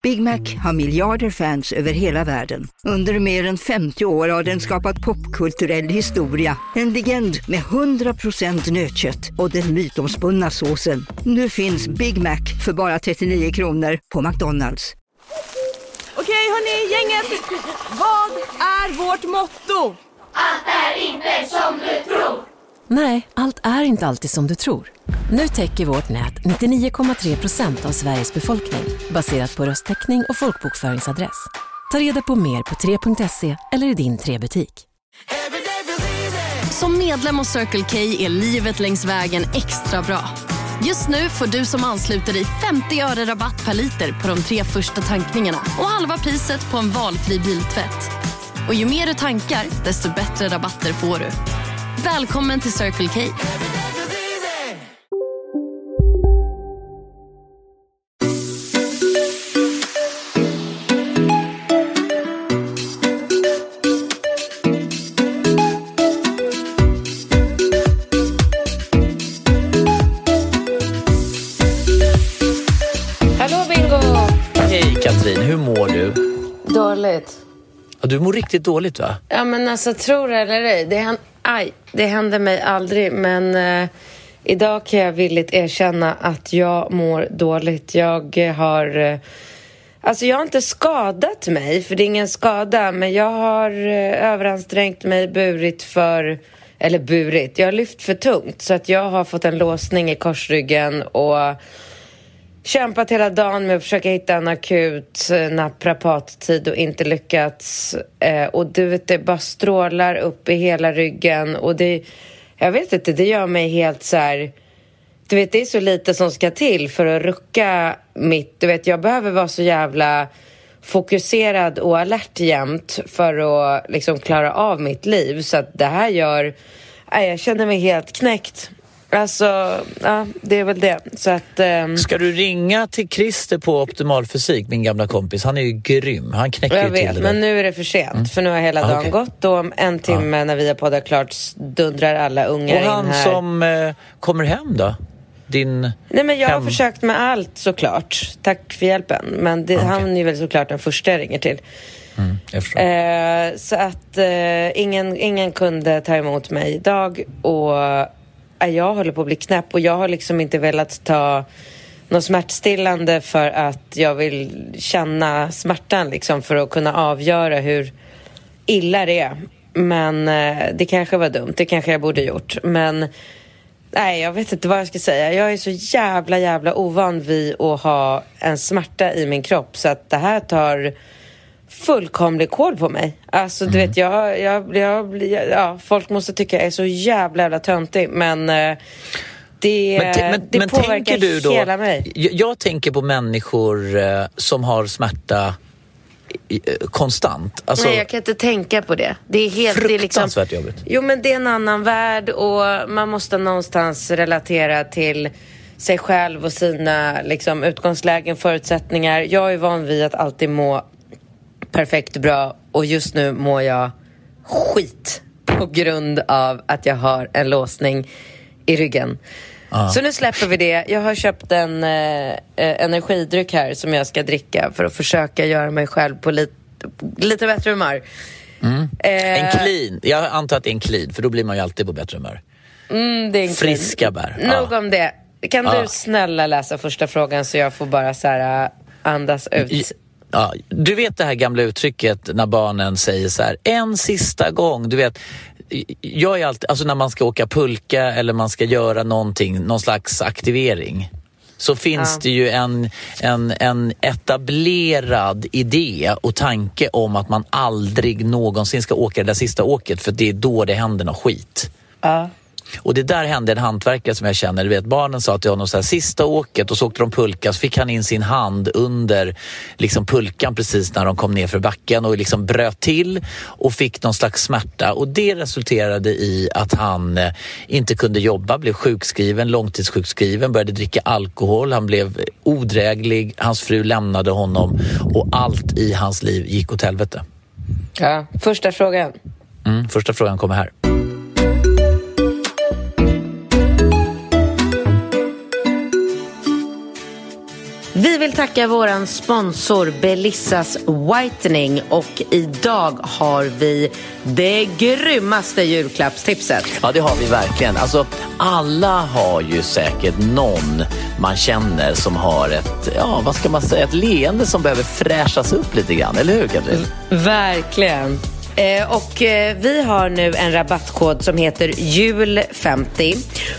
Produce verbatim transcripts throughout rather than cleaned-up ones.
Big Mac har miljarder fans över hela världen. Under mer än femtio år har den skapat popkulturell historia. En legend med hundra procent nötkött och den mytomspunna såsen. Nu finns Big Mac för bara trettionio kronor på McDonald's. Okej hörni, gänget. Vad är vårt motto? Allt är inte som du tror. Nej, allt är inte alltid som du tror. Nu täcker vårt nät nittionio komma tre procent av Sveriges befolkning baserat på röstteckning och folkbokföringsadress. Ta reda på mer på tre punkt se eller i din tre-butik. Som medlem hos Circle K är livet längs vägen extra bra. Just nu får du som ansluter dig femtio öre rabatt per liter på de tre första tankningarna och halva priset på en valfri biltvätt. Och ju mer du tankar, desto bättre rabatter får du. Välkommen till Circle K. Hallå Bingo! Hej Katrin, hur mår du? Dåligt. Ja, du mår riktigt dåligt va? Ja men alltså, tror det eller ej, det, hän- aj, det händer mig aldrig. Men eh, idag kan jag villigt erkänna att jag mår dåligt. Jag har eh, Alltså jag har inte skadat mig, för det är ingen skada. Men jag har eh, överansträngt mig, burit för Eller burit, jag har lyft för tungt. Så att jag har fått en låsning i korsryggen och kämpat hela dagen med att försöka hitta en akut naprapattid och inte lyckats. Eh, och du vet, det bara strålar upp i hela ryggen. Och det, jag vet inte, det gör mig helt så här. Du vet, det är så lite som ska till för att rucka mitt. Du vet, jag behöver vara så jävla fokuserad och alert jämt för att liksom klara av mitt liv. Så att det här gör, nej, jag känner mig helt knäckt. Alltså, ja, det är väl det. Så att, um... Ska du ringa till Christer på Optimal Fysik, min gamla kompis? Han är ju grym. Han knäcker jag ju till vet, det. Men nu är det för sent. Mm. För nu har hela dagen okay. gått. Och om en timme ah. när vi har poddat klart dundrar alla ungar in här. Och han som eh, kommer hem då? Din Nej, men jag hem... har försökt med allt såklart. Tack för hjälpen. Men det, okay. han är väl såklart den första jag ringer till. Mm, jag förstår. Eh, så att eh, ingen, ingen kunde ta emot mig idag. Och jag håller på att bli knäpp och jag har liksom inte velat ta något smärtstillande för att jag vill känna smärtan liksom, för att kunna avgöra hur illa det är. Men eh, det kanske var dumt, det kanske jag borde gjort. Men nej, jag vet inte vad jag ska säga. Jag är så jävla jävla ovan vid att ha en smärta i min kropp, så att det här tar fullkomlig koll på mig. Alltså du mm. vet, jag, jag, jag, jag ja, folk måste tycka jag är så jävla jävla töntig, men eh, det, men t- men, det men påverkar du då, hela mig. Jag, jag tänker på människor eh, som har smärta i, eh, konstant. Alltså, nej, jag kan inte tänka på det. Det är helt fruktansvärt det är liksom, jobbigt. Jo, men det är en annan värld och man måste någonstans relatera till sig själv och sina liksom, utgångslägen, förutsättningar. Jag är van vid att alltid må perfekt bra och just nu mår jag skit på grund av att jag har en låsning i ryggen. Ah. Så nu släpper vi det. Jag har köpt en eh, energidryck här som jag ska dricka för att försöka göra mig själv på lite, lite bättre humör. Mm. Eh, en clean. Jag antar att det är en clean, för då blir man ju alltid på bättre humör. Mm, det är en friska bär. Nog ah. om det. Kan ah. du snälla läsa första frågan så jag får bara så här andas ut? I- Ja, du vet det här gamla uttrycket när barnen säger så här, en sista gång, du vet, jag är alltid, alltså när man ska åka pulka eller man ska göra någonting, någon slags aktivering, så finns ja. det ju en, en, en etablerad idé och tanke om att man aldrig någonsin ska åka det där sista åket, för det är då det händer något skit. Ja. Och det där hände en hantverkare som jag känner. Du vet, barnen sa att jag har något så här sista åket och så åkte de pulka, så fick han in sin hand under liksom pulkan precis när de kom ner för backen och liksom bröt till och fick någon slags smärta. Och det resulterade i att han eh, inte kunde jobba, blev sjukskriven, långtidssjukskriven, började dricka alkohol, han blev odräglig, hans fru lämnade honom och allt i hans liv gick åt helvete. Ja, första frågan. Mm, första frågan kommer här. Vi vill tacka våran sponsor Belissas Whitening, och idag har vi det grymmaste julklappstipset. Ja, det har vi verkligen. Alltså, alla har ju säkert någon man känner som har ett, ja, vad ska man säga, ett leende som behöver fräschas upp lite grann, eller hur, Katrin? Verkligen. Eh, och eh, vi har nu en rabattkod som heter jul femtio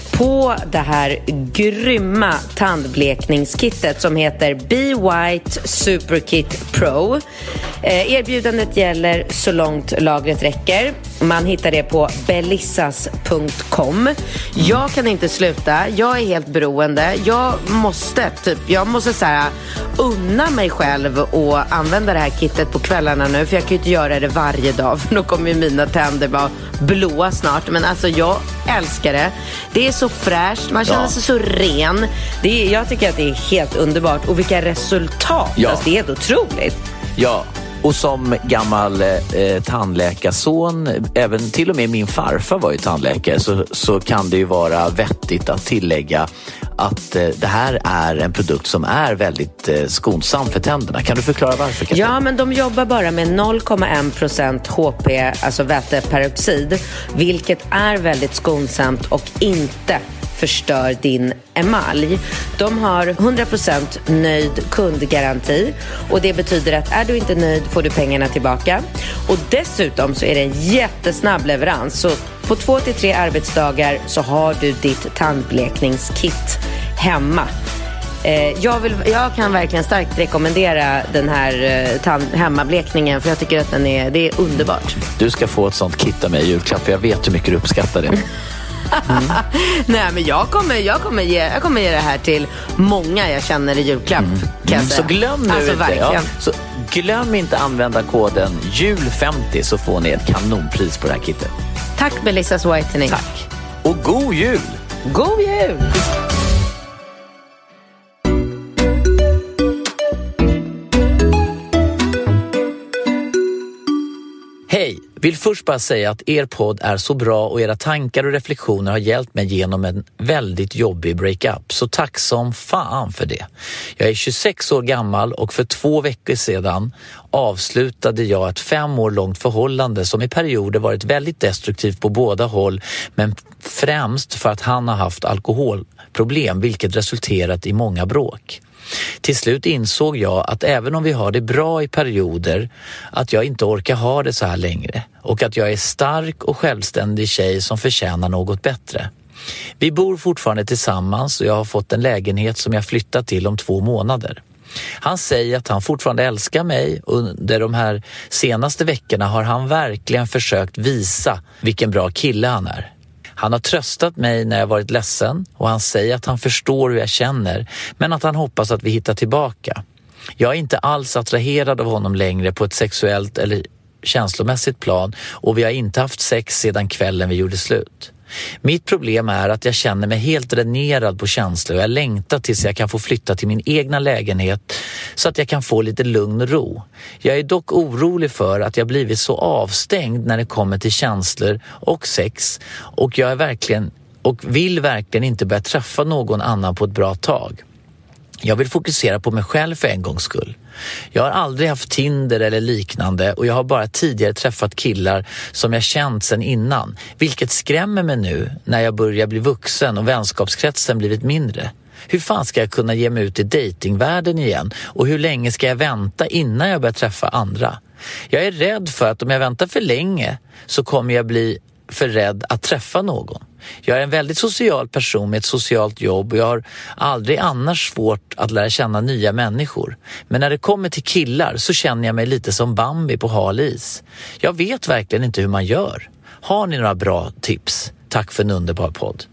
på det här grymma tandblekningskittet som heter Be White Superkit Pro. Eh, erbjudandet gäller så långt lagret räcker. Man hittar det på belissas punkt com. Jag kan inte sluta. Jag är helt beroende. Jag måste typ, jag måste så här unna mig själv och använda det här kittet på kvällarna nu, för jag kan ju inte göra det varje dag, för då kommer ju mina tänder vara blåa snart. Men alltså, jag älskar det. Det är så fräscht, man känner sig så ren. Det är, jag tycker att det är helt underbart. Och vilka resultat, ja. Alltså, det är helt otroligt. Ja, och som gammal eh, tandläkarson, även till och med min farfar var ju tandläkare, så, så kan det ju vara vettigt att tillägga att eh, det här är en produkt som är väldigt eh, skonsam för tänderna. Kan du förklara varför, Katrin? Ja, men de jobbar bara med noll komma en procent H P, alltså väteperoxid, vilket är väldigt skonsamt och inte förstör din emalj. De har hundra procent nöjd kundgaranti, och det betyder att är du inte nöjd får du pengarna tillbaka. Och dessutom så är det en jättesnabb leverans, så på två till tre arbetsdagar så har du ditt tandblekningskit hemma. Eh, jag, vill, jag kan verkligen starkt rekommendera den här eh, tand- hemmablekningen, för jag tycker att den är, det är underbart. Du ska få ett sånt kit av mig i julklapp, för jag vet hur mycket du uppskattar det. Mm. Nej, men jag kommer, jag, kommer ge, jag kommer ge det här till många jag känner i julklapp, mm. kan jag säga. Så glöm nu alltså, inte, ja. Så glöm inte använda koden jul femtio, så får ni ett kanonpris på det här kittet. Tack Belissas Whitening. Tack. Och god jul! God jul! Hej! Vill först bara säga att er podd är så bra och era tankar och reflektioner har hjälpt mig genom en väldigt jobbig breakup. Så tack som fan för det. Jag är tjugosex år gammal och för två veckor sedan avslutade jag ett fem år långt förhållande som i perioder varit väldigt destruktivt på båda håll, men främst för att han har haft alkoholproblem, vilket resulterat i många bråk. Till slut insåg jag att även om vi har det bra i perioder, att jag inte orkar ha det så här längre, och att jag är stark och självständig tjej som förtjänar något bättre. Vi bor fortfarande tillsammans och jag har fått en lägenhet som jag flyttat till om två månader. Han säger att han fortfarande älskar mig, och under de här senaste veckorna har han verkligen försökt visa vilken bra kille han är. Han har tröstat mig när jag varit ledsen, och han säger att han förstår hur jag känner, men att han hoppas att vi hittar tillbaka. Jag är inte alls attraherad av honom längre på ett sexuellt eller känslomässigt plan, och vi har inte haft sex sedan kvällen vi gjorde slut. Mitt problem är att jag känner mig helt dränerad på känslor, och jag längtar tills jag kan få flytta till min egna lägenhet så att jag kan få lite lugn och ro. Jag är dock orolig för att jag blivit så avstängd när det kommer till känslor och sex, och jag är verkligen och vill verkligen inte börja träffa någon annan på ett bra tag. Jag vill fokusera på mig själv för en gångs skull. Jag har aldrig haft Tinder eller liknande, och jag har bara tidigare träffat killar som jag känt sedan innan, vilket skrämmer mig nu när jag börjar bli vuxen och vänskapskretsen blivit mindre. Hur fan ska jag kunna ge mig ut i datingvärlden igen, och hur länge ska jag vänta innan jag börjar träffa andra? Jag är rädd för att om jag väntar för länge så kommer jag bli för rädd att träffa någon. Jag är en väldigt social person med ett socialt jobb, och jag har aldrig annars svårt att lära känna nya människor. Men när det kommer till killar så känner jag mig lite som Bambi på hal is. Jag vet verkligen inte hur man gör. Har ni några bra tips? Tack för en underbar podd.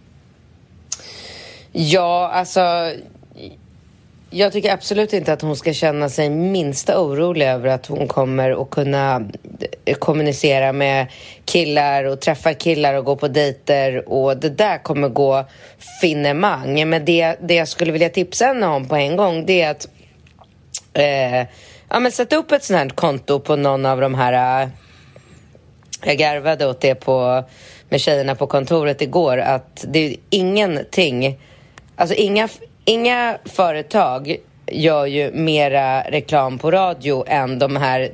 Ja, alltså... Jag tycker absolut inte att hon ska känna sig minsta orolig över att hon kommer att kunna kommunicera med killar och träffa killar och gå på dejter, och det där kommer gå finemang. Men det, det jag skulle vilja tipsa henne om på en gång, det är att eh, ja, men sätta upp ett sånt här konto på någon av de här äh, jag garvade åt det på, med tjejerna på kontoret igår, att det är ingenting, alltså inga Inga företag gör ju mera reklam på radio än de här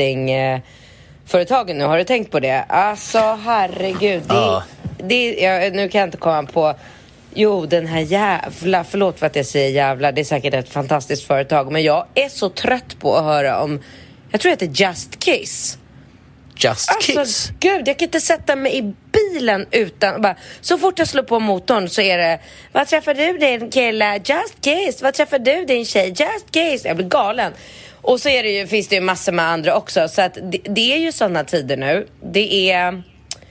datingföretagen nu. Har du tänkt på det? Alltså herregud. Det, ja. det, jag, nu kan jag inte komma på... Jo, den här jävla... Förlåt för att jag säger jävla. Det är säkert ett fantastiskt företag. Men jag är så trött på att höra om... Jag tror att det är Just Kiss. Just Alltså, Kiss? Gud, jag kan inte sätta mig i bilen utan... Bara, så fort jag slår på motorn så är det... Vad träffar du din kille? Just Kiss. Vad träffar du din tjej? Just Kiss. Jag blir galen. Och så är det ju, finns det ju massor med andra också. Så att det, det är ju sådana tider nu. Det är...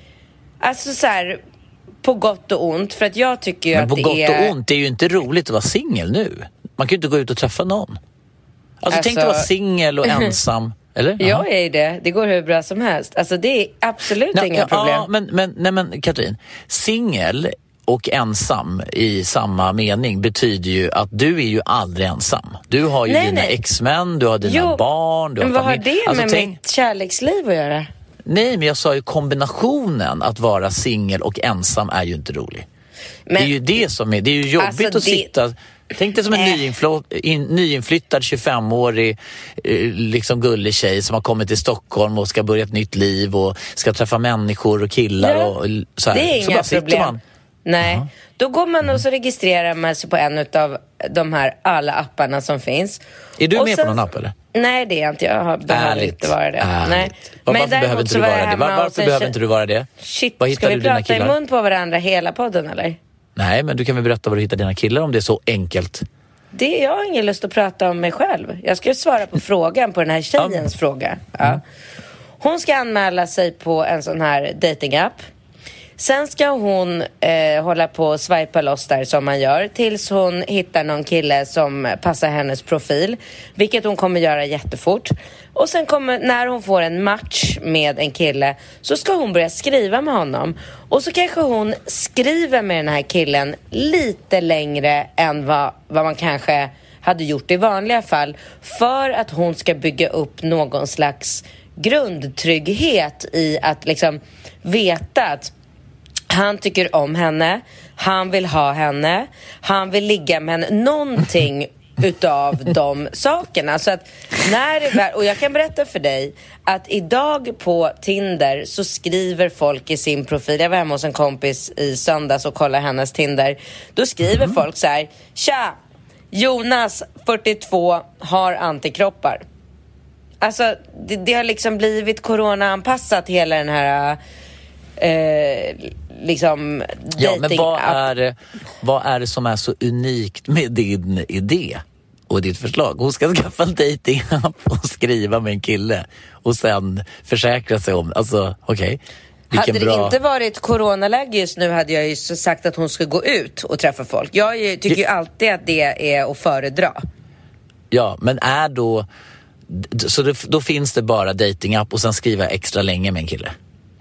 Alltså så här... På gott och ont, för att jag tycker ju men att på det gott är... och ont, det är ju inte roligt att vara singel nu. Man kan ju inte gå ut och träffa någon. Alltså, alltså... tänk att vara singel och ensam. Eller? Jag är det. Det går hur bra som helst. Alltså det är absolut nej, inga ja, problem. Ja, men, men, nej, men Katrin, singel och ensam i samma mening betyder ju att du är ju aldrig ensam. Du har ju nej, dina nej. exmän, du har dina jo, barn, du har men vad familj. har det alltså, med tänk... mitt kärleksliv att göra? Nej, men jag sa ju kombinationen att vara singel och ensam är ju inte rolig. Men, det är ju det som är, det är ju jobbigt alltså, att det... sitta... Tänk dig som en nyinfl- in, nyinflyttad tjugofemårig eh, liksom gullig tjej som har kommit till Stockholm och ska börja ett nytt liv och ska träffa människor och killar ja, och så här. Det är så inga bara problem. Man. Nej, uh-huh. Då går man och så registrerar man sig på en av de här alla apparna som finns. Är du och med sen... på någon app eller? Nej, det är inte. Jag har, behöver ärligt, inte vara det. Ärligt. Nej. Var, men varför behöver inte du vara det? Var, varför behöver inte du vara det? Shit, vad ska vi du prata i mun på varandra hela podden eller? Nej, men du kan väl berätta var du hittar dina killar om det är så enkelt. Det, jag har ingen lust att prata om mig själv. Jag ska svara på frågan, på den här tjejens ja. fråga. Ja. Mm. Hon ska anmäla sig på en sån här datingapp. Sen ska hon eh, hålla på och swipa loss där som man gör tills hon hittar någon kille som passar hennes profil, vilket hon kommer göra jättefort. Och sen kommer, när hon får en match med en kille, så ska hon börja skriva med honom. Och så kanske hon skriver med den här killen lite längre än vad, vad man kanske hade gjort i vanliga fall, för att hon ska bygga upp någon slags grundtrygghet i att liksom veta att han tycker om henne, han vill ha henne, han vill ligga med henne, någonting utav de sakerna. Så att när det väl, och jag kan berätta för dig att idag på Tinder så skriver folk i sin profil, jag var hemma hos en kompis i söndags och kollade hennes Tinder, då skriver mm. folk så här: tja, Jonas fyrtiotvå har antikroppar. Alltså det, det har liksom blivit corona-anpassat hela den här eh, liksom ja, men vad är, vad är det som är så unikt med din idé och ditt förslag? Hon ska skaffa en dating-app och skriva med en kille och sen försäkra sig om, alltså okej. Okay, hade det bra... inte varit coronaläge just nu hade jag ju sagt att hon ska gå ut och träffa folk. Jag tycker ju alltid att det är att föredra. Ja, men är då så det, då finns det bara dating-app och sen skriva extra länge med en kille?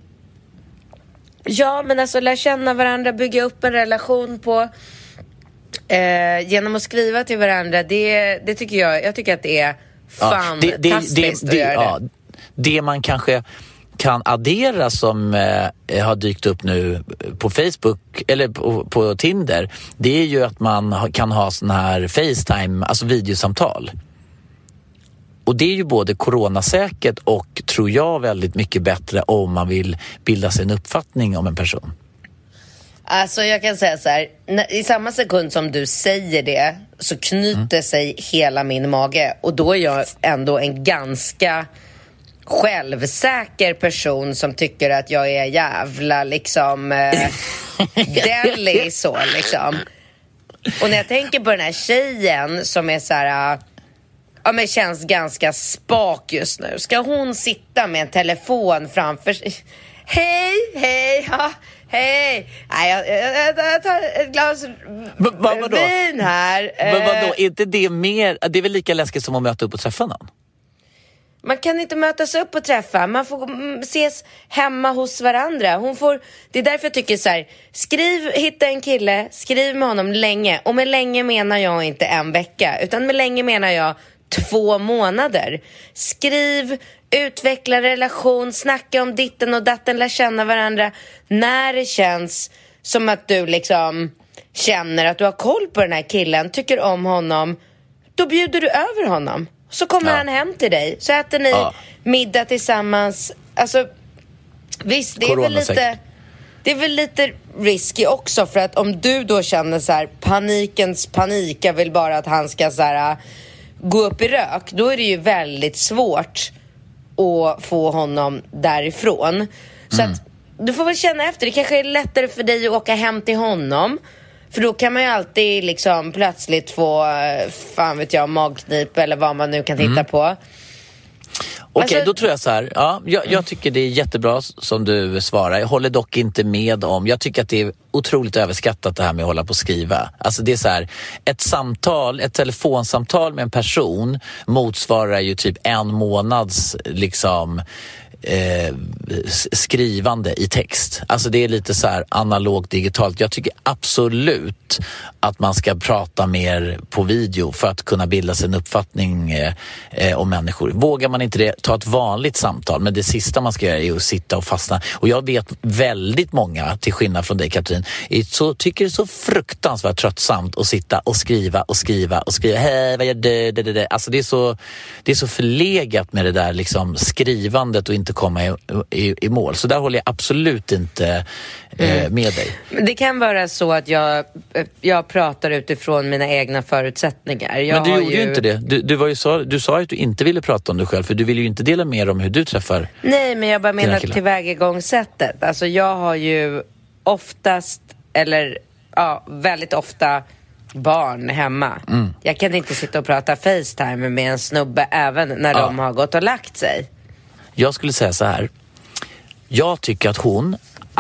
Ja, men alltså lära känna varandra, bygga upp en relation på eh, genom att skriva till varandra. Det, det tycker jag, jag tycker att det är fantastiskt ja, det, det, det, att göra det. Ja, det man kanske kan addera som eh, har dykt upp nu på Facebook eller på, på Tinder, det är ju att man ha, kan ha sån här FaceTime, alltså videosamtal. Och det är ju både coronasäkert och, tror jag, väldigt mycket bättre om man vill bilda sig en uppfattning om en person. Alltså jag kan säga så här, i samma sekund som du säger det så knyter mm. sig hela min mage. Och då är jag ändå en ganska självsäker person som tycker att jag är jävla liksom eh, deli så liksom. Och när jag tänker på den här tjejen som är så här... Ja, men känns ganska spak just nu. Ska hon sitta med en telefon framför sig? Hej, hej, ja, hej. Nej, jag, jag, jag tar ett glas va, va, vin här. Men vadå, är inte det mer... Det är väl lika läskigt som att möta upp och träffa någon? Man kan inte mötas upp och träffa. Man får ses hemma hos varandra. Hon får, det är därför jag tycker så här: skriv, hitta en kille, skriv med honom länge. Och med länge menar jag inte en vecka, utan med länge menar jag två månader. Skriv, utveckla relation, snacka om ditten och datten, lär känna varandra. När det känns som att du liksom känner att du har koll på den här killen, tycker om honom, då bjuder du över honom. Så kommer Ja. han hem till dig. Så äter ni Ja. middag tillsammans. Alltså, visst, det är väl Coronasäkert. lite... Det är väl lite risky också, för att om du då känner så här, panikens panik, jag vill bara att han ska så här, äh, gå upp i rök, då är det ju väldigt svårt att få honom därifrån. Så Mm. att du får väl känna efter. Det kanske är lättare för dig att åka hem till honom, för då kan man ju alltid liksom plötsligt få, äh, fan vet jag, magknip eller vad man nu kan titta Mm. på. Okej, Alltså- då tror jag så här. Ja, jag, jag tycker det är jättebra som du svarar. Jag håller dock inte med om. Jag tycker att det är otroligt överskattat det här med att hålla på och skriva. Alltså det är så här, ett samtal, ett telefonsamtal med en person motsvarar ju typ en månads liksom eh, skrivande i text. Alltså det är lite så här analogt digitalt. Jag tycker absolut att man ska prata mer på video för att kunna bilda sig en uppfattning eh, eh, om människor. Vågar man inte det, ta ett vanligt samtal, men det sista man ska göra är att sitta och fastna. Och jag vet väldigt många, till skillnad från dig Katrin, är så, tycker det är så fruktansvärt tröttsamt att sitta och skriva och skriva och skriva. Hej, vad gör du? Det, det, det. Alltså det är så, det är så förlegat med det där liksom skrivandet och inte komma i, i, i mål. Så där håller jag absolut inte eh, med dig. Det kan vara så att jag, jag pratar utifrån mina egna förutsättningar. Jag Men du har gjorde ju inte det. Du, du, var ju så, du sa ju att du inte ville prata om dig själv, för du ville ju inte dela mer om hur du träffar. Nej, men jag bara dina menar killar. tillvägagångssättet. Alltså jag har ju oftast, eller ja, väldigt ofta barn hemma. Mm. Jag kan inte sitta och prata FaceTime med en snubbe även när Ja. de har gått och lagt sig. Jag skulle säga så här. Jag tycker att hon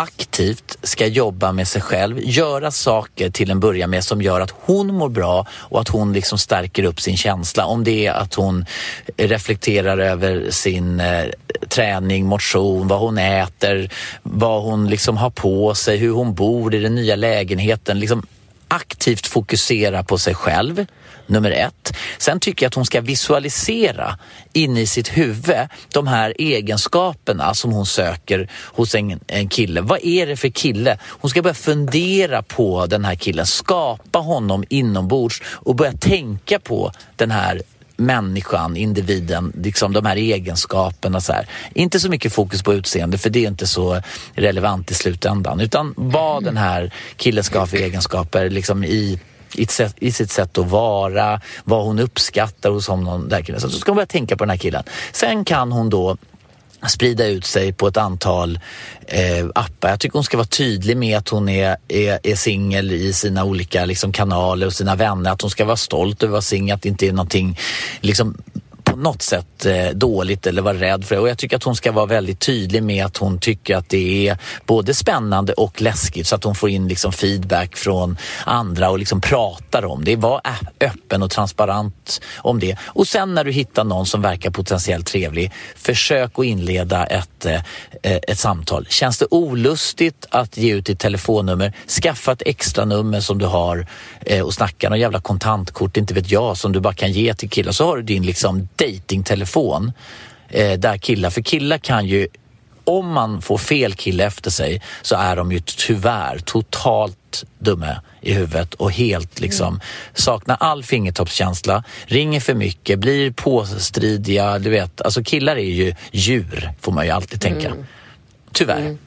aktivt ska jobba med sig själv, göra saker till en början med som gör att hon mår bra och att hon liksom stärker upp sin känsla. Om det är att hon reflekterar över sin eh, träning, motion, vad hon äter, vad hon liksom har på sig, hur hon bor i den nya lägenheten. Liksom aktivt fokusera på sig själv, nummer ett. Sen tycker jag att hon ska visualisera in i sitt huvud de här egenskaperna som hon söker hos en, en kille. Vad är det för kille? Hon ska börja fundera på den här killen, skapa honom inombords och börja tänka på den här människan, individen, liksom de här egenskaperna så här. Inte så mycket fokus på utseende, för det är inte så relevant i slutändan, utan vad den här killen ska ha för egenskaper liksom i I, sätt, i sitt sätt att vara, vad hon uppskattar hos honom där killen. Så ska hon börja tänka på den här killen. Sen kan hon då sprida ut sig på ett antal eh, appar. Jag tycker hon ska vara tydlig med att hon är, är, är singel i sina olika liksom, kanaler och sina vänner. Att hon ska vara stolt över att vara singel, att det inte är någonting liksom på något sätt eh, dåligt eller vara rädd för det. Och jag tycker att hon ska vara väldigt tydlig med att hon tycker att det är både spännande och läskigt, så att hon får in liksom feedback från andra och liksom pratar om det. Var öppen och transparent om det. Och sen när du hittar någon som verkar potentiellt trevlig, försök att inleda ett, eh, ett samtal. Känns det olustigt att ge ut ditt telefonnummer, skaffa ett extra nummer som du har eh, och snacka, någon jävla kontantkort, inte vet jag, som du bara kan ge till killar. Så har du din liksom datingtelefon eh, där killar, för killar kan ju, om man får fel kille efter sig, så är de ju tyvärr totalt dumma i huvudet och helt liksom mm. saknar all fingertoppskänsla, ringer för mycket, blir påstridiga, du vet, alltså killar är ju djur, får man ju alltid tänka. Mm. Tyvärr. Mm.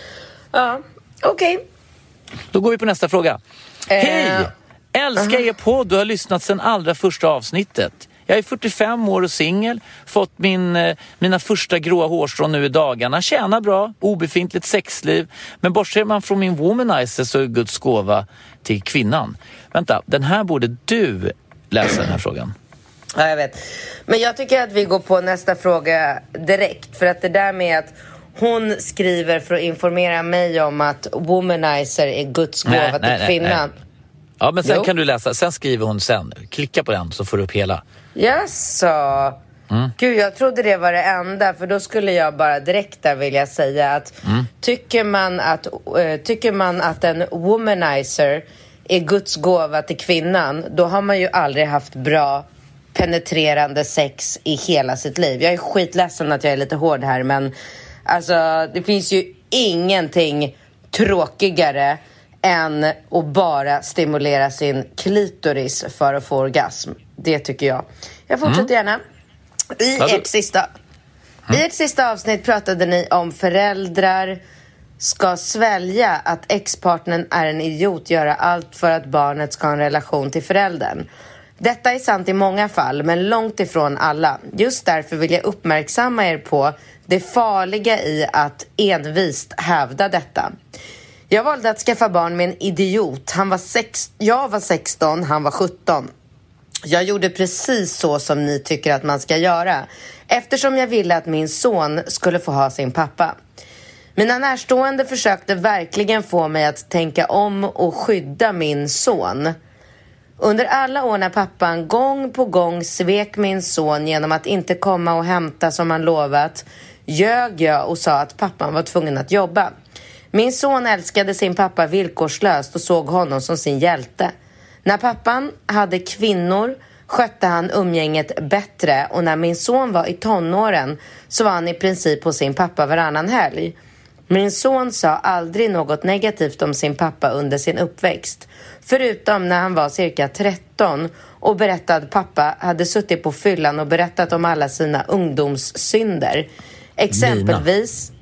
Ja, okej. Okay. Då går vi på nästa fråga. Uh, Hej! Älskar uh-huh. er podd, du har lyssnat sedan allra första avsnittet. Jag är fyrtiofem år och singel, fått min, eh, mina första gråa hårstrån nu i dagarna, tjänar bra, obefintligt sexliv, men bortser man från min womanizer så är Guds gåva till kvinnan. Vänta, den här borde du läsa, den här frågan. Ja, jag vet. Men jag tycker att vi går på nästa fråga direkt, för att det där med att hon skriver för att informera mig om att womanizer är Guds gåva nej, till nej, kvinnan. Nej, nej. Ja, men sen jo. kan du läsa, sen skriver hon sen. Klicka på den så får du upp hela. Jaså. Mm. Gud, jag trodde det var det enda, för då skulle jag bara direkt där vilja säga att mm. tycker man att uh, tycker man att en womanizer är Guds gåva till kvinnan, då har man ju aldrig haft bra penetrerande sex i hela sitt liv. Jag är skitledsen att jag är lite hård här, men alltså det finns ju ingenting tråkigare än att bara stimulera sin klitoris för att få orgasm. Det tycker jag. Jag fortsätter mm. gärna. I alltså. ert sista mm. I ert sista avsnitt pratade ni om föräldrar ska svälja att ex-partnern är en idiot, göra allt för att barnet ska ha en relation till föräldern. Detta är sant i många fall, men långt ifrån alla. Just därför vill jag uppmärksamma er på det farliga i att envist hävda detta. Jag valde att skaffa barn med en idiot. Han var sex... Jag var sexton, han var sjutton. Jag gjorde precis så som ni tycker att man ska göra, eftersom jag ville att min son skulle få ha sin pappa. Mina närstående försökte verkligen få mig att tänka om och skydda min son. Under alla år när pappan gång på gång svek min son genom att inte komma och hämta som han lovat, ljög jag och sa att pappan var tvungen att jobba. Min son älskade sin pappa villkorslöst och såg honom som sin hjälte. När pappan hade kvinnor skötte han umgänget bättre, och när min son var i tonåren så var han i princip hos sin pappa varannan helg. Min son sa aldrig något negativt om sin pappa under sin uppväxt, förutom när han var cirka tretton och berättade att pappa hade suttit på fyllan och berättat om alla sina ungdomssynder. Exempelvis...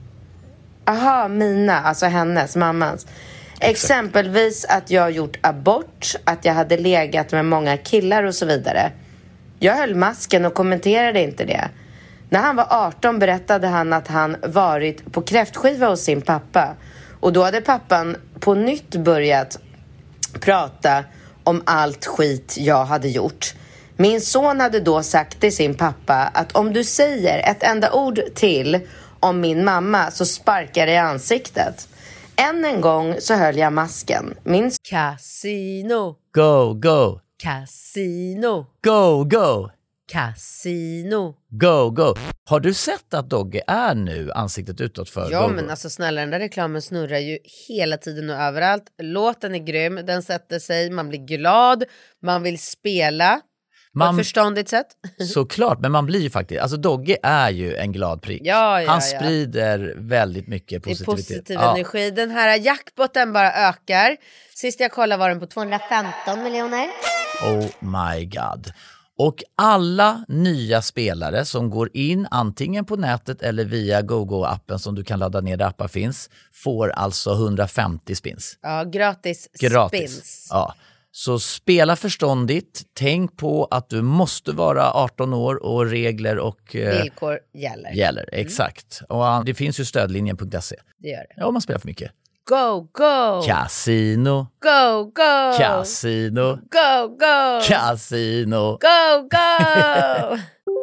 Aha, Mina, alltså hennes, mammans. Exempelvis att jag gjort abort, att jag hade legat med många killar och så vidare. Jag höll masken och kommenterade inte det. När han var arton berättade han att han varit på kräftskiva hos sin pappa. Och då hade pappan på nytt börjat prata om allt skit jag hade gjort. Min son hade då sagt till sin pappa att om du säger ett enda ord till om min mamma så sparkar det i ansiktet. Än en gång så höll jag masken. Min Casino. Go, go. Casino. Go, go. Casino. Go, go. Har du sett att Dogge är nu ansiktet utåt för Ja, go, men go? alltså snälla, den där reklamen snurrar ju hela tiden och överallt. Låten är grym, den sätter sig, man blir glad, man vill spela. Man, på ett förståndigt sätt. Såklart, men man blir ju faktiskt... Alltså Dogge är ju en glad prick. Ja, ja, Han ja. sprider väldigt mycket positivitet. Det är positiv ja. energi. Den här jackpotten bara ökar. Sist jag kollade var den på tvåhundrafemton miljoner. Oh my god. Och alla nya spelare som går in antingen på nätet eller via GoGo-appen som du kan ladda ner där appar finns, får alltså hundrafemtio spins. Ja, gratis, gratis. spins. Ja. Så spela förståndigt. Tänk på att du måste vara arton år och regler och eh, villkor gäller. Gäller, mm. Exakt. Och det finns ju stödlinjen punkt se. Det gör det. Ja, om man spelar för mycket. Go, go! Casino. Go, go! Casino. Go, go! Casino. Go, go!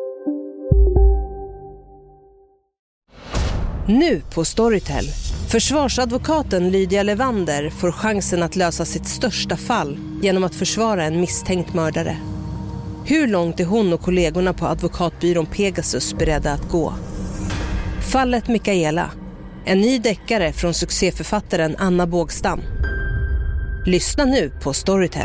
Nu på Storytel. Försvarsadvokaten Lydia Levander får chansen att lösa sitt största fall genom att försvara en misstänkt mördare. Hur långt är hon och kollegorna på advokatbyrån Pegasus beredda att gå? Fallet Mikaela. En ny deckare från succéförfattaren Anna Bågstam. Lyssna nu på Storytel.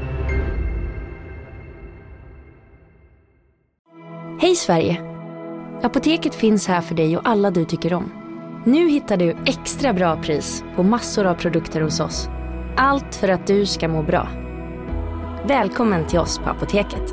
Hej Sverige! Apoteket finns här för dig och alla du tycker om. Nu hittar du extra bra pris på massor av produkter hos oss. Allt för att du ska må bra. Välkommen till oss på Apoteket.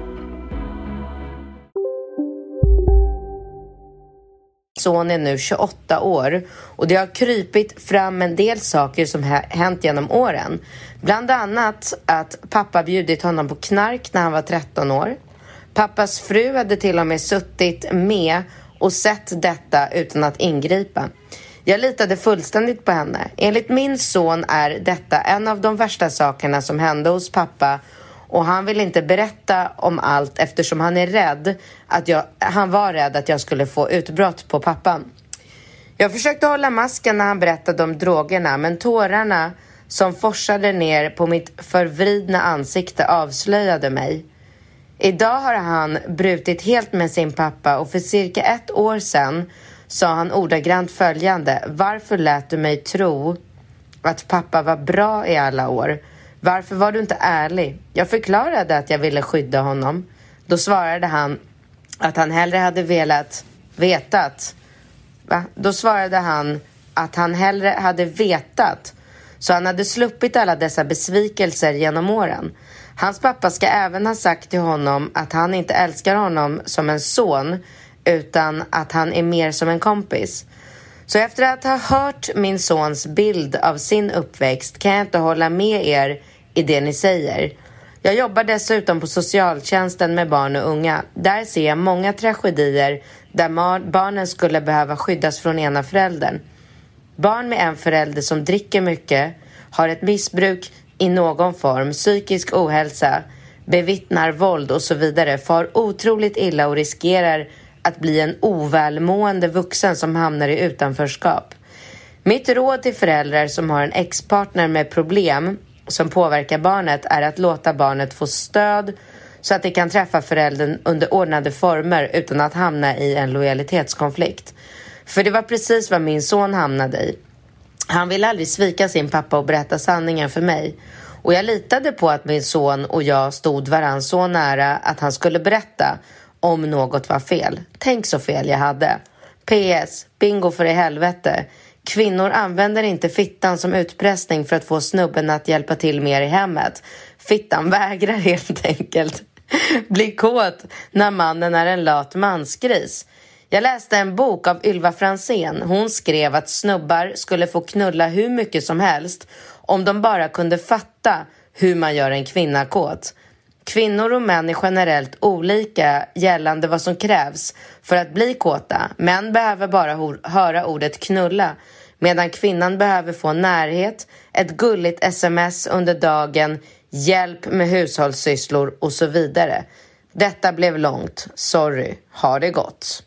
Son är nu tjugoåtta år och det har krypit fram en del saker som har hänt genom åren. Bland annat att pappa bjudit honom på knark när han var tretton år. Pappas fru hade till och med suttit med och sett detta utan att ingripa. Jag litade fullständigt på henne. Enligt min son är detta en av de värsta sakerna som hände hos pappa, och han vill inte berätta om allt eftersom han är rädd att jag, han var rädd att jag skulle få utbrott på pappan. Jag försökte hålla masken när han berättade om drogerna, men tårarna som forsade ner på mitt förvridna ansikte avslöjade mig. Idag har han brutit helt med sin pappa, och för cirka ett år sedan sa han ordagrant följande: varför lät du mig tro att pappa var bra i alla år? Varför var du inte ärlig? Jag förklarade att jag ville skydda honom. Då svarade han att han hellre hade velat vetat. Va? Då svarade han att han hellre hade vetat, så han hade sluppit alla dessa besvikelser genom åren. Hans pappa ska även ha sagt till honom att han inte älskar honom som en son utan att han är mer som en kompis. Så efter att ha hört min sons bild av sin uppväxt kan jag inte hålla med er i det ni säger. Jag jobbar dessutom på socialtjänsten med barn och unga. Där ser jag många tragedier där barnen skulle behöva skyddas från ena föräldern. Barn med en förälder som dricker mycket, har ett missbruk i någon form, psykisk ohälsa, bevittnar våld och så vidare far otroligt illa och riskerar att bli en ovälmående vuxen som hamnar i utanförskap. Mitt råd till föräldrar som har en ex-partner med problem som påverkar barnet är att låta barnet få stöd så att det kan träffa föräldern under ordnade former utan att hamna i en lojalitetskonflikt. För det var precis vad min son hamnade i. Han ville aldrig svika sin pappa och berätta sanningen för mig. Och jag litade på att min son och jag stod varann så nära att han skulle berätta om något var fel. Tänk så fel jag hade. P S. Bingo för i helvete. Kvinnor använder inte fittan som utpressning för att få snubben att hjälpa till mer i hemmet. Fittan vägrar helt enkelt bli kåt när mannen är en lat mansgris. Jag läste en bok av Ylva Fransén. Hon skrev att snubbar skulle få knulla hur mycket som helst om de bara kunde fatta hur man gör en kvinna kåt. Kvinnor och män är generellt olika gällande vad som krävs för att bli kåta. Män behöver bara ho- höra ordet knulla, medan kvinnan behöver få närhet, ett gulligt sms under dagen, hjälp med hushållssysslor och så vidare. Detta blev långt. Sorry. Ha det gott.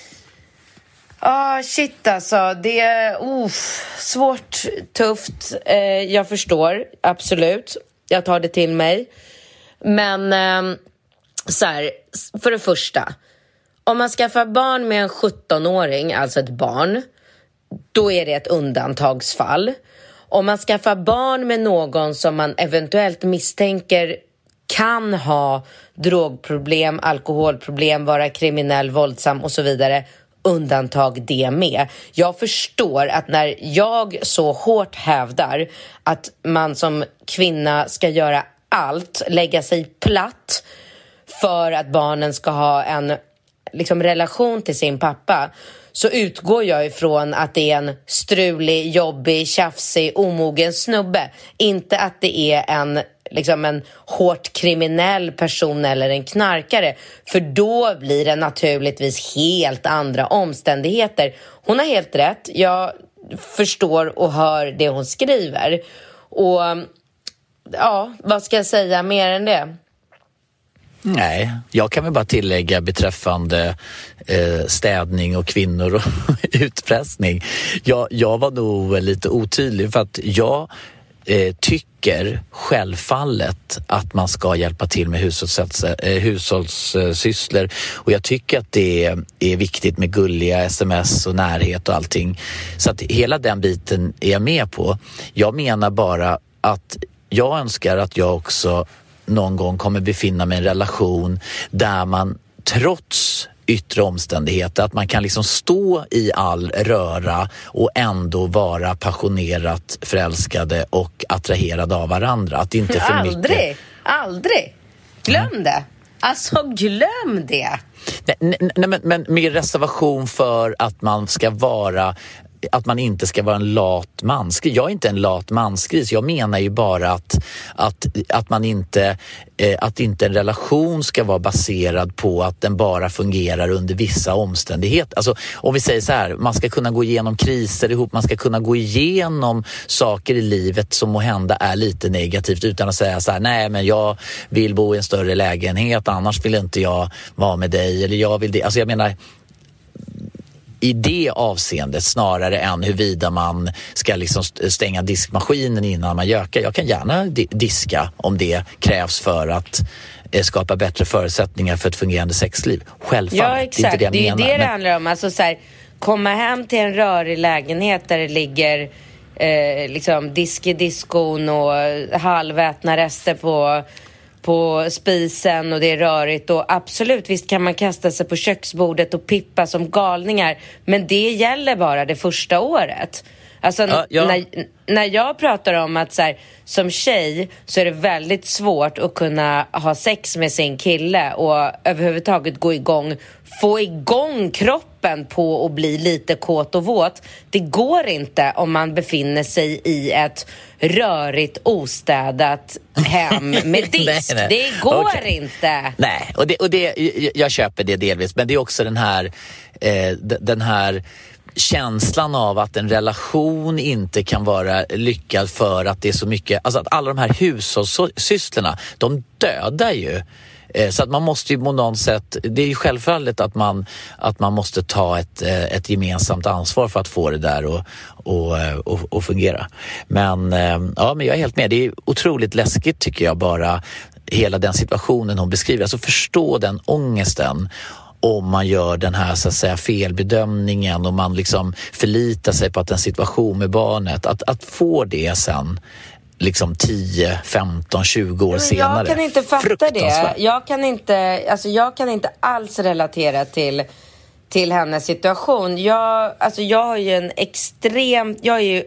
Ah, shit alltså. Det är oh, svårt, tufft. Eh, jag förstår, absolut. Jag tar det till mig. Men eh, så här, för det första, om man skaffar barn med en sjuttonåring, alltså ett barn, då är det ett undantagsfall. Om man skaffar barn med någon som man eventuellt misstänker kan ha drogproblem, alkoholproblem, vara kriminell, våldsam och så vidare, undantag det med. Jag förstår att när jag så hårt hävdar att man som kvinna ska göra allt, lägga sig platt för att barnen ska ha en liksom relation till sin pappa, så utgår jag ifrån att det är en strulig, jobbig, tjafsig, omogen snubbe. Inte att det är en, liksom en hårt kriminell person eller en knarkare. För då blir det naturligtvis helt andra omständigheter. Hon har helt rätt. Jag förstår och hör det hon skriver. Och ja, vad ska jag säga mer än det? Nej, jag kan väl bara tillägga beträffande eh, städning och kvinnor och utpressning. Jag, jag var nog lite otydlig för att jag eh, tycker självfallet att man ska hjälpa till med hushålls, eh, hushållssysslor, och jag tycker att det är, är viktigt med gulliga sms och närhet och allting. Så att hela den biten är jag med på. Jag menar bara att jag önskar att jag också någon gång kommer befinna mig i en relation där man trots yttre omständigheter, att man kan liksom stå i all röra och ändå vara passionerat förälskade och attraherade av varandra. Att det inte är för mycket. Aldrig, aldrig. Glöm mm. det. Alltså glöm det. Nej, nej, nej men, men med reservation för att man ska vara, att man inte ska vara en lat mansgris. Jag är inte en lat mansgris. Jag menar ju bara att, att, att man inte eh, att inte en relation ska vara baserad på att den bara fungerar under vissa omständigheter. Alltså om vi säger så här, man ska kunna gå igenom kriser ihop, man ska kunna gå igenom saker i livet som må hända är lite negativt utan att säga så här, nej men jag vill bo i en större lägenhet, annars vill inte jag vara med dig, eller jag vill det. Alltså jag menar i det avseendet snarare än huruvida man ska liksom stänga diskmaskinen innan man gökar. Jag kan gärna diska om det krävs för att skapa bättre förutsättningar för ett fungerande sexliv. Självfallet. Ja, exakt. Det är, inte det, det, är jag det menar. det Men... handlar om. Alltså så här, komma hem till en rörig lägenhet där det ligger eh, liksom diskediskon och halvätna rester på på spisen och det är rörigt, och absolut visst kan man kasta sig på köksbordet och pippa som galningar, men det gäller bara det första året. Alltså ja, ja. När, när jag pratar om att så här, som tjej så är det väldigt svårt att kunna ha sex med sin kille och överhuvudtaget gå igång, få igång kroppen på att bli lite kåt och våt. Det går inte om man befinner sig i ett rörigt, ostädat hem med disk. nej, nej. Det går okay. inte. Nej, och, det, och det, jag köper det delvis, men det är också den här eh, den här känslan av att en relation inte kan vara lyckad för att det är så mycket, alltså att alla de här hushållssysslorna, de dödar ju. Så att man måste ju på något sätt, det är ju självfallet att man, att man måste ta ett, ett gemensamt ansvar för att få det där och, och, och, och fungera. Men, ja, men jag är helt med. Det är otroligt läskigt tycker jag, bara hela den situationen hon beskriver. Alltså förstå den ångesten om man gör den här så att säga felbedömningen och man liksom förlitar sig på att en situation med barnet, att, att få det sen liksom tio, femton, tjugo år senare. Jag kan inte fatta det. Jag kan inte, alltså jag kan inte alls relatera till, till hennes situation. Jag, alltså jag har ju en extremt, jag är ju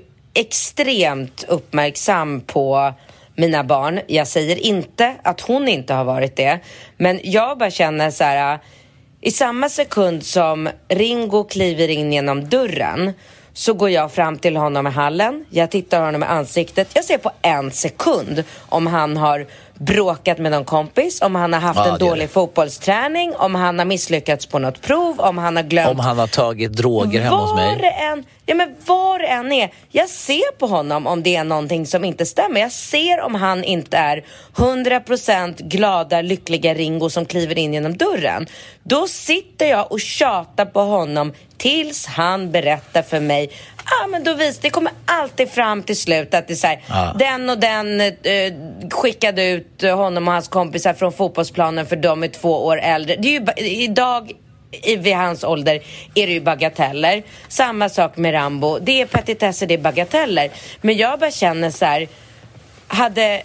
extremt uppmärksam på mina barn. Jag säger inte att hon inte har varit det. Men jag bara känner så här, i samma sekund som Ringo kliver in genom dörren så går jag fram till honom i hallen. Jag tittar honom i ansiktet. Jag ser på en sekund om han har bråkat med någon kompis, om han har haft ja, en dålig det. fotbollsträning, om han har misslyckats på något prov, om han har glömt... Om han har tagit droger hemma hos mig. Var en, ja, men var det än är. Jag ser på honom om det är någonting som inte stämmer. Jag ser om han inte är hundra procent glada, lyckliga Ringo som kliver in genom dörren. Då sitter jag och tjatar på honom tills han berättar för mig. Ja, ah, men då vis, det kommer alltid fram till slut att det är så här, ah. den och den eh, skickade ut honom och hans kompisar från fotbollsplanen för de är två år äldre. Det är ju idag i vid hans ålder är det ju bagateller. Samma sak med Rambo. Det är petitesser, det är bagateller. Men jag bara känner så här, hade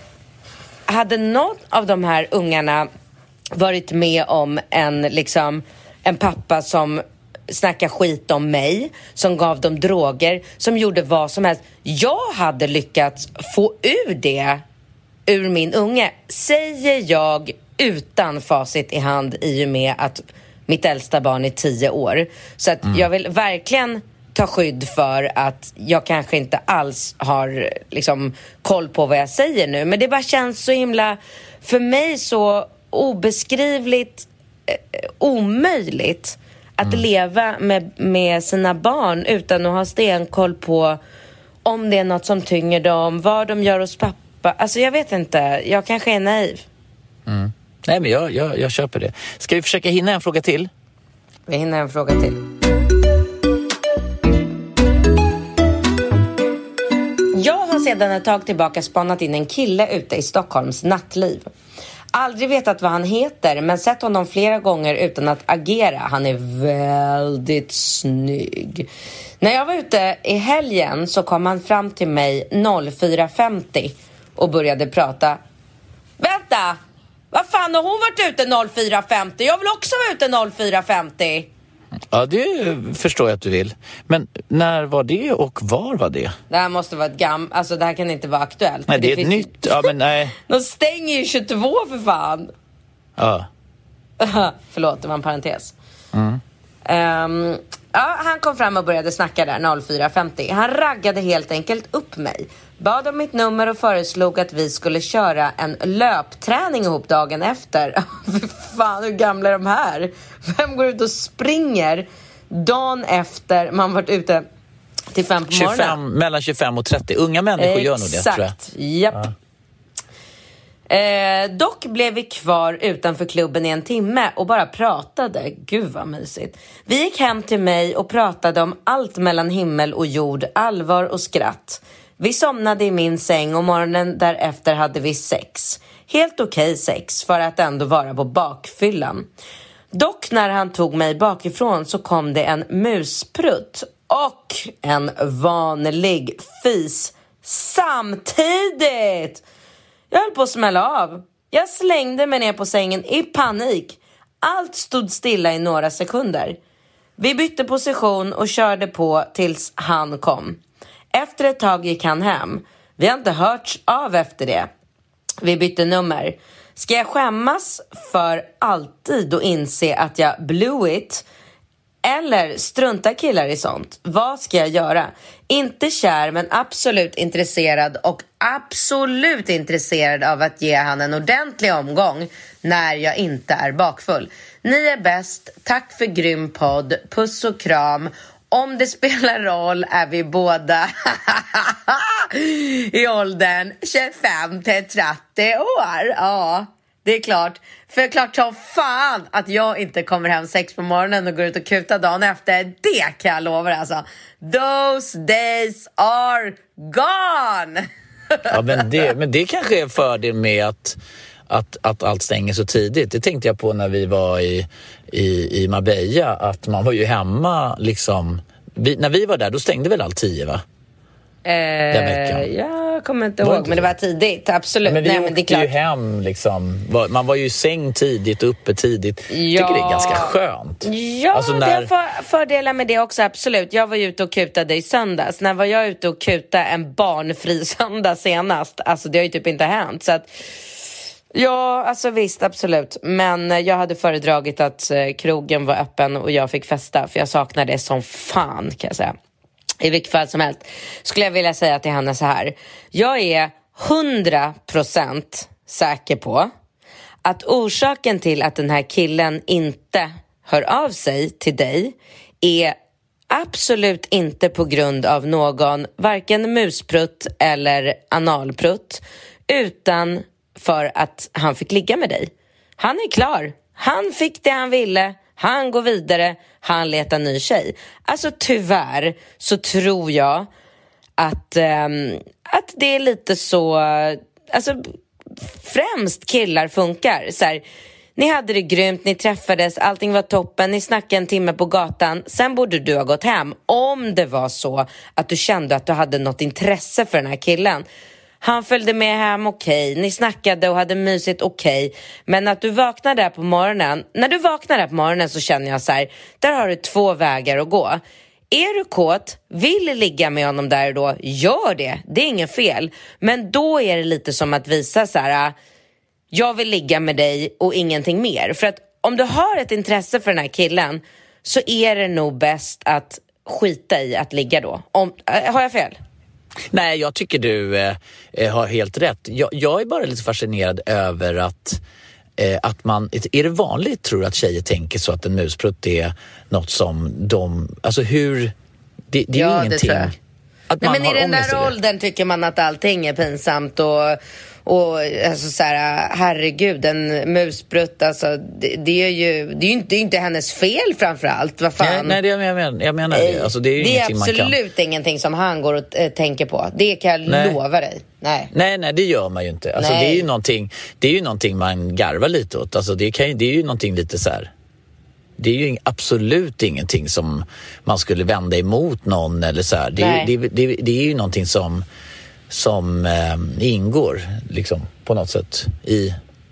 hade någon av de här ungarna varit med om en liksom en pappa som snacka skit om mig, som gav dem droger, som gjorde vad som helst. Jag hade lyckats få ur det ur min unge, säger jag utan facit i hand, i och med att mitt äldsta barn är tio år. Så att mm. jag vill verkligen ta skydd för att jag kanske inte alls har liksom koll på vad jag säger nu. Men det bara känns så himla, för mig så obeskrivligt eh, omöjligt att mm. leva med, med sina barn utan att ha stenkoll på om det är något som tynger dem, vad de gör hos pappa. Alltså jag vet inte, jag kanske är naiv. Mm. Nej, men jag, jag, jag köper det. Ska vi försöka hinna en fråga till? Vi hinner en fråga till. Jag har sedan ett tag tillbaka spanat in en kille ute i Stockholms nattliv. Aldrig vetat vad han heter, men sett honom flera gånger utan att agera. Han är väldigt snygg. När jag var ute i helgen så kom han fram till mig fyra femtio och började prata. Vänta! Vad fan har hon varit ute fyra femtio? Jag vill också vara ute fyra femtio. Ja, det förstår jag att du vill. Men när var det och var var det? Det här måste vara ett gammalt, alltså det här kan inte vara aktuellt. Nej, det är det ett finns... nytt, ja men nej. De stänger ju tjugotvå för fan. Ja. Förlåt, det var en parentes. Mm. Um, ja, han kom fram och började snacka där fyra femtio. Han raggade helt enkelt upp mig. Bad om mitt nummer och föreslog att vi skulle köra en löpträning ihop dagen efter. Fan, hur gamla är de här? Vem går ut och springer dagen efter man varit ute till fem på morgonen? tjugofem, mellan tjugofem och trettio. Unga människor Exakt. Gör nog det, tror jag. Japp. Ja. Eh, dock blev vi kvar utanför klubben i en timme och bara pratade. Gud vad mysigt. Vi gick hem till mig och pratade om allt mellan himmel och jord, allvar och skratt. Vi somnade i min säng och morgonen därefter hade vi sex. Helt okej sex för att ändå vara på bakfyllan. Dock när han tog mig bakifrån så kom det en musprutt och en vanlig fis samtidigt. Jag höll på att smälla av. Jag slängde mig ner på sängen i panik. Allt stod stilla i några sekunder. Vi bytte position och körde på tills han kom. Efter ett tag gick han hem. Vi har inte hörts av efter det. Vi bytte nummer. Ska jag skämmas för alltid och inse att jag blew it? Eller strunta killar i sånt? Vad ska jag göra? Inte kär, men absolut intresserad. Och absolut intresserad av att ge han en ordentlig omgång när jag inte är bakfull. Ni är bäst. Tack för grym podd. Puss och kram. Om det spelar roll är vi båda i åldern tjugofem till trettio år. Ja, det är klart. För klart som fan att jag inte kommer hem sex på morgonen och går ut och kutar dagen efter. Det kan jag lova alltså. Those days are gone. Ja, men det, men det kanske är en fördel med att, att, att allt stänger så tidigt. Det tänkte jag på när vi var i, i, i Marbella. Att man var ju hemma liksom. Vi, när vi var där, då stängde väl allt tio, va? Den veckan. Eh, jag kommer inte ihåg, men det var tidigt, absolut. Men vi Nej, åkte men det är klart. ju hem liksom. Man var ju i säng tidigt och uppe tidigt. Ja. Jag tycker det är ganska skönt. Ja, alltså när... det är för, fördelar med det också, absolut. Jag var ju ute och kutade i söndags. När var jag ute och kutade en barnfri söndag senast? Alltså det har ju typ inte hänt. Så att, ja, alltså visst, absolut. Men jag hade föredragit att eh, krogen var öppen och jag fick festa. För jag saknade det som fan, kan jag säga. I vilket fall som helst skulle jag vilja säga till henne så här. Jag är hundra procent säker på att orsaken till att den här killen inte hör av sig till dig är absolut inte på grund av någon, varken musprutt eller analprutt, utan för att han fick ligga med dig. Han är klar. Han fick det han ville. Han går vidare, han letar ny tjej. Alltså tyvärr så tror jag att, ähm, att det är lite så, alltså främst killar funkar. Så här, ni hade det grymt, ni träffades, allting var toppen, ni snackade en timme på gatan. Sen borde du ha gått hem om det var så att du kände att du hade något intresse för den här killen. Han följde med hem, okej. Okay. Ni snackade och hade mysigt, okej. Okay. Men att du vaknar där på morgonen. När du vaknar där på morgonen så känner jag så här. Där har du två vägar att gå. Är du kåt, vill ligga med honom där då, gör det. Det är ingen fel. Men då är det lite som att visa så här. Jag vill ligga med dig och ingenting mer. För att om du har ett intresse för den här killen så är det nog bäst att skita i att ligga då. Om, äh, har jag fel? Nej, jag tycker du eh, har helt rätt. Jag, jag är bara lite fascinerad över att, eh, att man... Är det vanligt, tror du, att tjejer tänker så att en musprutt är något som de... Alltså hur... Det, det är ja, ju ingenting... Det att Nej, man men i den där åldern tycker man att allting är pinsamt och... Och alltså så här, herregud, en musbrutt, alltså det, det är ju det är ju inte, det är inte hennes fel framförallt, vad fan. Nej, nej det, jag menar, jag menar det. Alltså, det är ju det är absolut man kan... ingenting som han går och äh, tänker på. Det kan jag nej. lova dig. Nej. nej, nej, det gör man ju inte. Alltså, det är ju någonting, det är ju någonting man garvar lite åt. Alltså, det, kan, det är ju någonting lite så här. Det är ju absolut ingenting som man skulle vända emot någon eller så här. Det, det, det, det är ju någonting som som eh, ingår liksom på något sätt i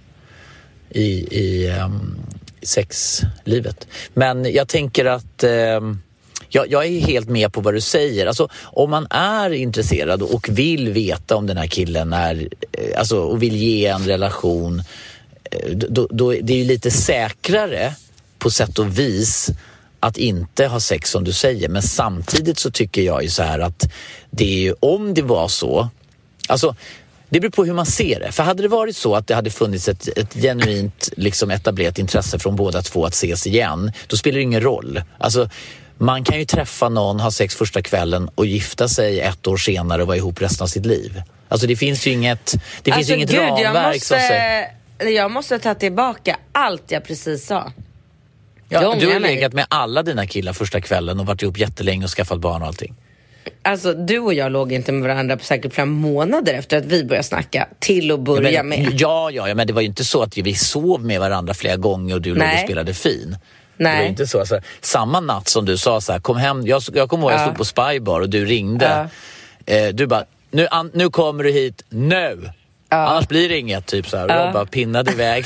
i, i um, sexlivet. Men jag tänker att eh, jag, jag är helt med på vad du säger. Alltså om man är intresserad och vill veta om den här killen är eh, alltså och vill ge en relation, eh, då, då det är ju lite säkrare på sätt och vis att inte ha sex som du säger. Men samtidigt så tycker jag ju så här att det är ju, om det var så, alltså det beror på hur man ser det. För hade det varit så att det hade funnits ett, ett genuint liksom etablerat intresse från båda två att ses igen, då spelar det ingen roll. Alltså man kan ju träffa någon, ha sex första kvällen och gifta sig ett år senare och vara ihop resten av sitt liv. Alltså det finns ju inget, det alltså, finns ju inget Gud, ramverk jag måste, som säger... jag måste ta tillbaka allt jag precis sa. Ja, du har legat med alla dina killar första kvällen och varit ihop jättelänge och skaffat barn och allting. Alltså, du och jag låg inte med varandra på säkert flera månader efter att vi började snacka till att börja ja, men, med. Ja, ja, ja, men det var ju inte så att vi sov med varandra flera gånger och du låg och spelade fin. Nej. Det var inte så. Alltså, samma natt som du sa så här, kom hem, jag, jag kommer ihåg jag ja. stod på Spybar och du ringde. Ja. Eh, du bara, nu, an, nu kommer du hit, nu! Ja. Annars blir det inget, typ så här. Och ja. jag bara pinnade iväg.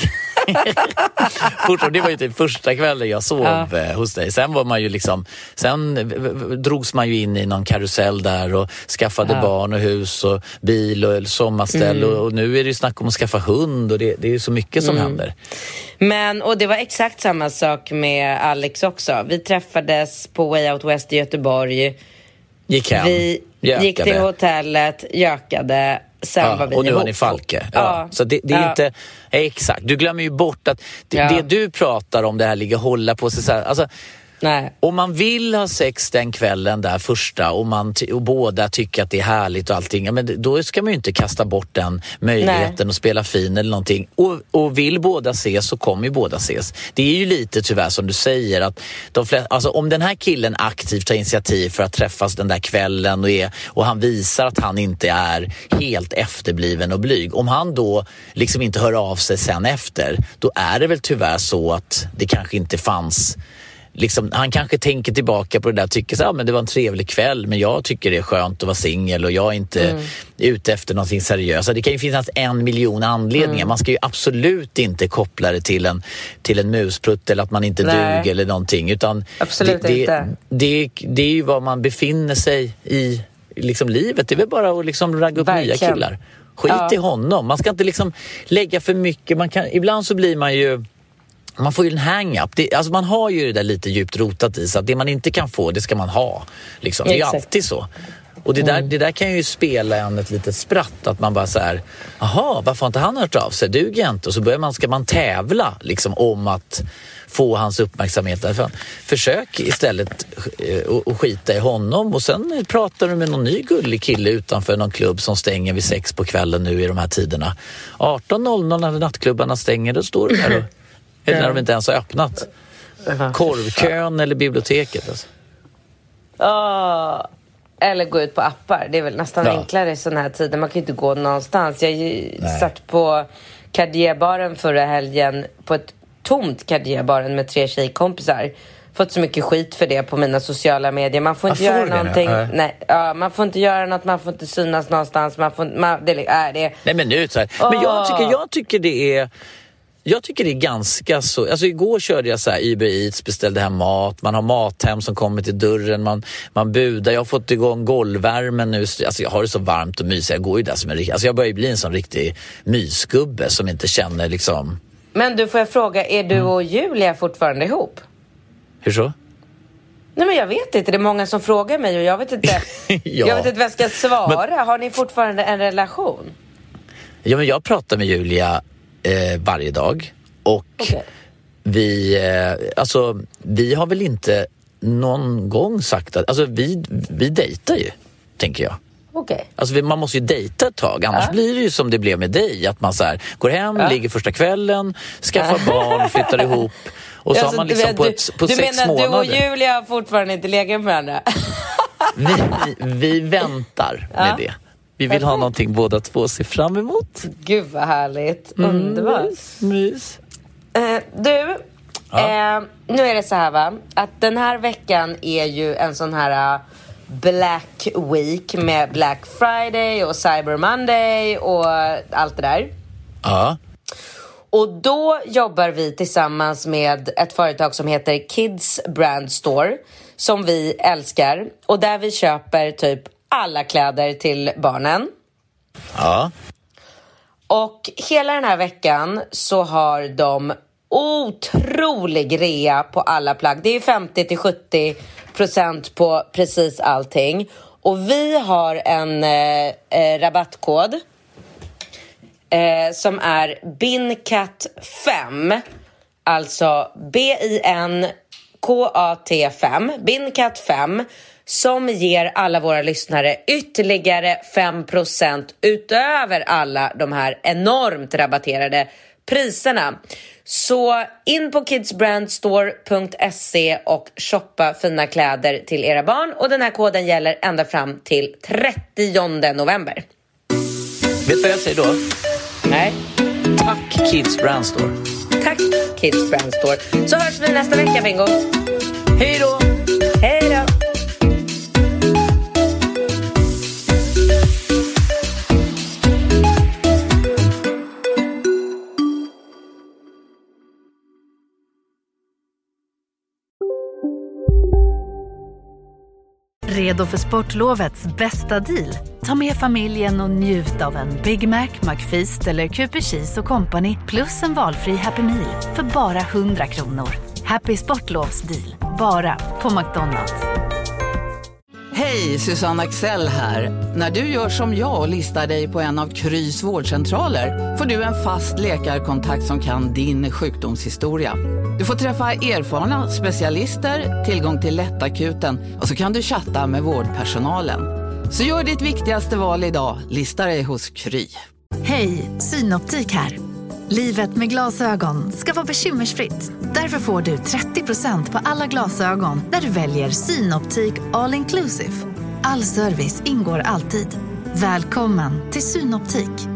Det var ju typ första kvällen jag sov ja. hos dig. Sen var man ju liksom, sen drogs man ju in i någon karusell där och skaffade ja. barn och hus och bil och sommarställ mm. och, och nu är det ju snack om att skaffa hund och det, det är ju så mycket som mm. händer. Men, och det var exakt samma sak med Alex också. Vi träffades på Way Out West i Göteborg. Gick hem. Vi Jökade. gick till hotellet, gökade. Sen ja, var vi och nu ihop. har ni Falke. Ja. Ja. Så det, det är ja. inte... Exakt, du glömmer ju bort att det, ja. det du pratar om, det här ligger och hålla på sig så här, alltså... Nej. Om man vill ha sex den kvällen där första och, man ty- och båda tycker att det är härligt och allting, men då ska man ju inte kasta bort den möjligheten Nej. att spela fin eller någonting. Och, och vill båda ses så kommer ju båda ses. Det är ju lite tyvärr som du säger att de flesta, alltså om den här killen aktivt tar initiativ för att träffas den där kvällen och, är, och han visar att han inte är helt efterbliven och blyg, om han då liksom inte hör av sig sen efter, då är det väl tyvärr så att det kanske inte fanns. Liksom, han kanske tänker tillbaka på det där och tycker så, ja, men det var en trevlig kväll, men jag tycker det är skönt att vara singel och jag är inte mm. ute efter någonting seriöst. Det kan ju finnas en miljon anledningar. Mm. Man ska ju absolut inte koppla det till en, till en musprutt eller att man inte Nej. duger eller någonting. Utan absolut det, inte. Det, det, det är ju vad man befinner sig i liksom livet. Det är väl bara att liksom ragga upp Verkligen. nya killar. Skit ja. i honom. Man ska inte liksom lägga för mycket. Man kan, ibland så blir man ju... Man får ju en hang-up. Det, alltså man har ju det där lite djupt rotat i, så att det man inte kan få, det ska man ha. Liksom. Det är ju alltid så. Och det där, mm. det där kan ju spela en ett litet spratt, att man bara så här, aha, varför har inte han hört av sig? Duger inte. Och så börjar man, ska man tävla liksom, om att få hans uppmärksamhet därifrån. Försök istället att skita i honom och sen pratar du med någon ny gullig kille utanför någon klubb som stänger vid sex på kvällen nu i de här tiderna. arton noll noll när nattklubbarna stänger, då står du där och eller när de inte ens har öppnat. Korvkön eller biblioteket. Alltså. Oh, eller gå ut på appar. Det är väl nästan ja. enklare i sådana här tider. Man kan ju inte gå någonstans. Jag satt på Cartier-baren förra helgen. På ett tomt Cartier-baren med tre tjejkompisar. Fått så mycket skit för det på mina sociala medier. Man får inte jag göra får någonting. Nej. Nej, ja, man får inte göra något. Man får inte synas någonstans. Man får, man, det, äh, det. Nej men nu så här. Oh. Men jag tycker, jag tycker det är... Jag tycker det är ganska så... Alltså igår körde jag så här Uber Eats, beställde hem mat. Man har mathem som kommer till dörren. Man, man budar. Jag har fått igång golvvärmen nu. Alltså jag har det så varmt och mysigt. Jag går ju där som en riktig... Alltså jag börjar bli en sån riktig mysgubbe som inte känner liksom... Men du, får jag fråga, är du och Julia fortfarande ihop? Hur så? Nej men jag vet inte, det är många som frågar mig och jag vet inte... ja. Jag vet inte vad jag ska svara. Men... Har ni fortfarande en relation? Ja men jag pratar med Julia... Eh, varje dag och okay. vi eh, alltså vi har väl inte någon gång sagt att alltså vi, vi dejtar ju, tänker jag. Okay. Alltså vi, man måste ju dejta ett tag, annars ja. blir det ju som det blev med dig, att man så här, går hem, ja. ligger första kvällen, skaffar ja. barn, flyttar ihop och så alltså, har man liksom du, på, ett, på du sex månader. Du menar månader. du och Julia har fortfarande inte legat med varandra? vi, vi väntar ja. med det. Vi vill ha någonting båda två att se fram emot. Gud vad härligt. Mm, Underbart. Mys. mys. Eh, du, ja. eh, nu är det så här va. Att den här veckan är ju en sån här uh, Black Week med Black Friday och Cyber Monday och allt det där. Ja. Och då jobbar vi tillsammans med ett företag som heter Kids Brand Store. Som vi älskar. Och där vi köper typ alla kläder till barnen. Ja. Och hela den här veckan så har de otrolig rea på alla plagg. Det är femtio till sjuttio procent på precis allting. Och vi har en eh, rabattkod eh, som är BINCAT fem. Alltså B I N K A T fem. BINCAT fem. Som ger alla våra lyssnare ytterligare fem procent utöver alla de här enormt rabatterade priserna. Så in på kidsbrandstore punkt se och shoppa fina kläder till era barn. Och den här koden gäller ända fram till trettionde november. Vet du vad jag säger då? Nej. Tack Kids Brand Store. Tack Kids Brand Store. Så hörs vi nästa vecka, Bingo. Hej då! Hej då! Redo för sportlovets bästa deal? Ta med familjen och njut av en Big Mac, McFeast eller Cooper Cheese och Company plus en valfri Happy Meal för bara hundra kronor. Happy Sportlovs deal, bara på McDonalds. Hej, Susanne Axel här. När du gör som jag och listar dig på en av Krys vårdcentraler får du en fast läkarkontakt som kan din sjukdomshistoria. Du får träffa erfarna specialister, tillgång till lättakuten och så kan du chatta med vårdpersonalen. Så gör ditt viktigaste val idag, lista dig hos Kry. Hej, Synoptik här. Livet med glasögon ska vara bekymmersfritt. Därför får du trettio procent på alla glasögon när du väljer Synoptik All Inclusive. All service ingår alltid. Välkommen till Synoptik.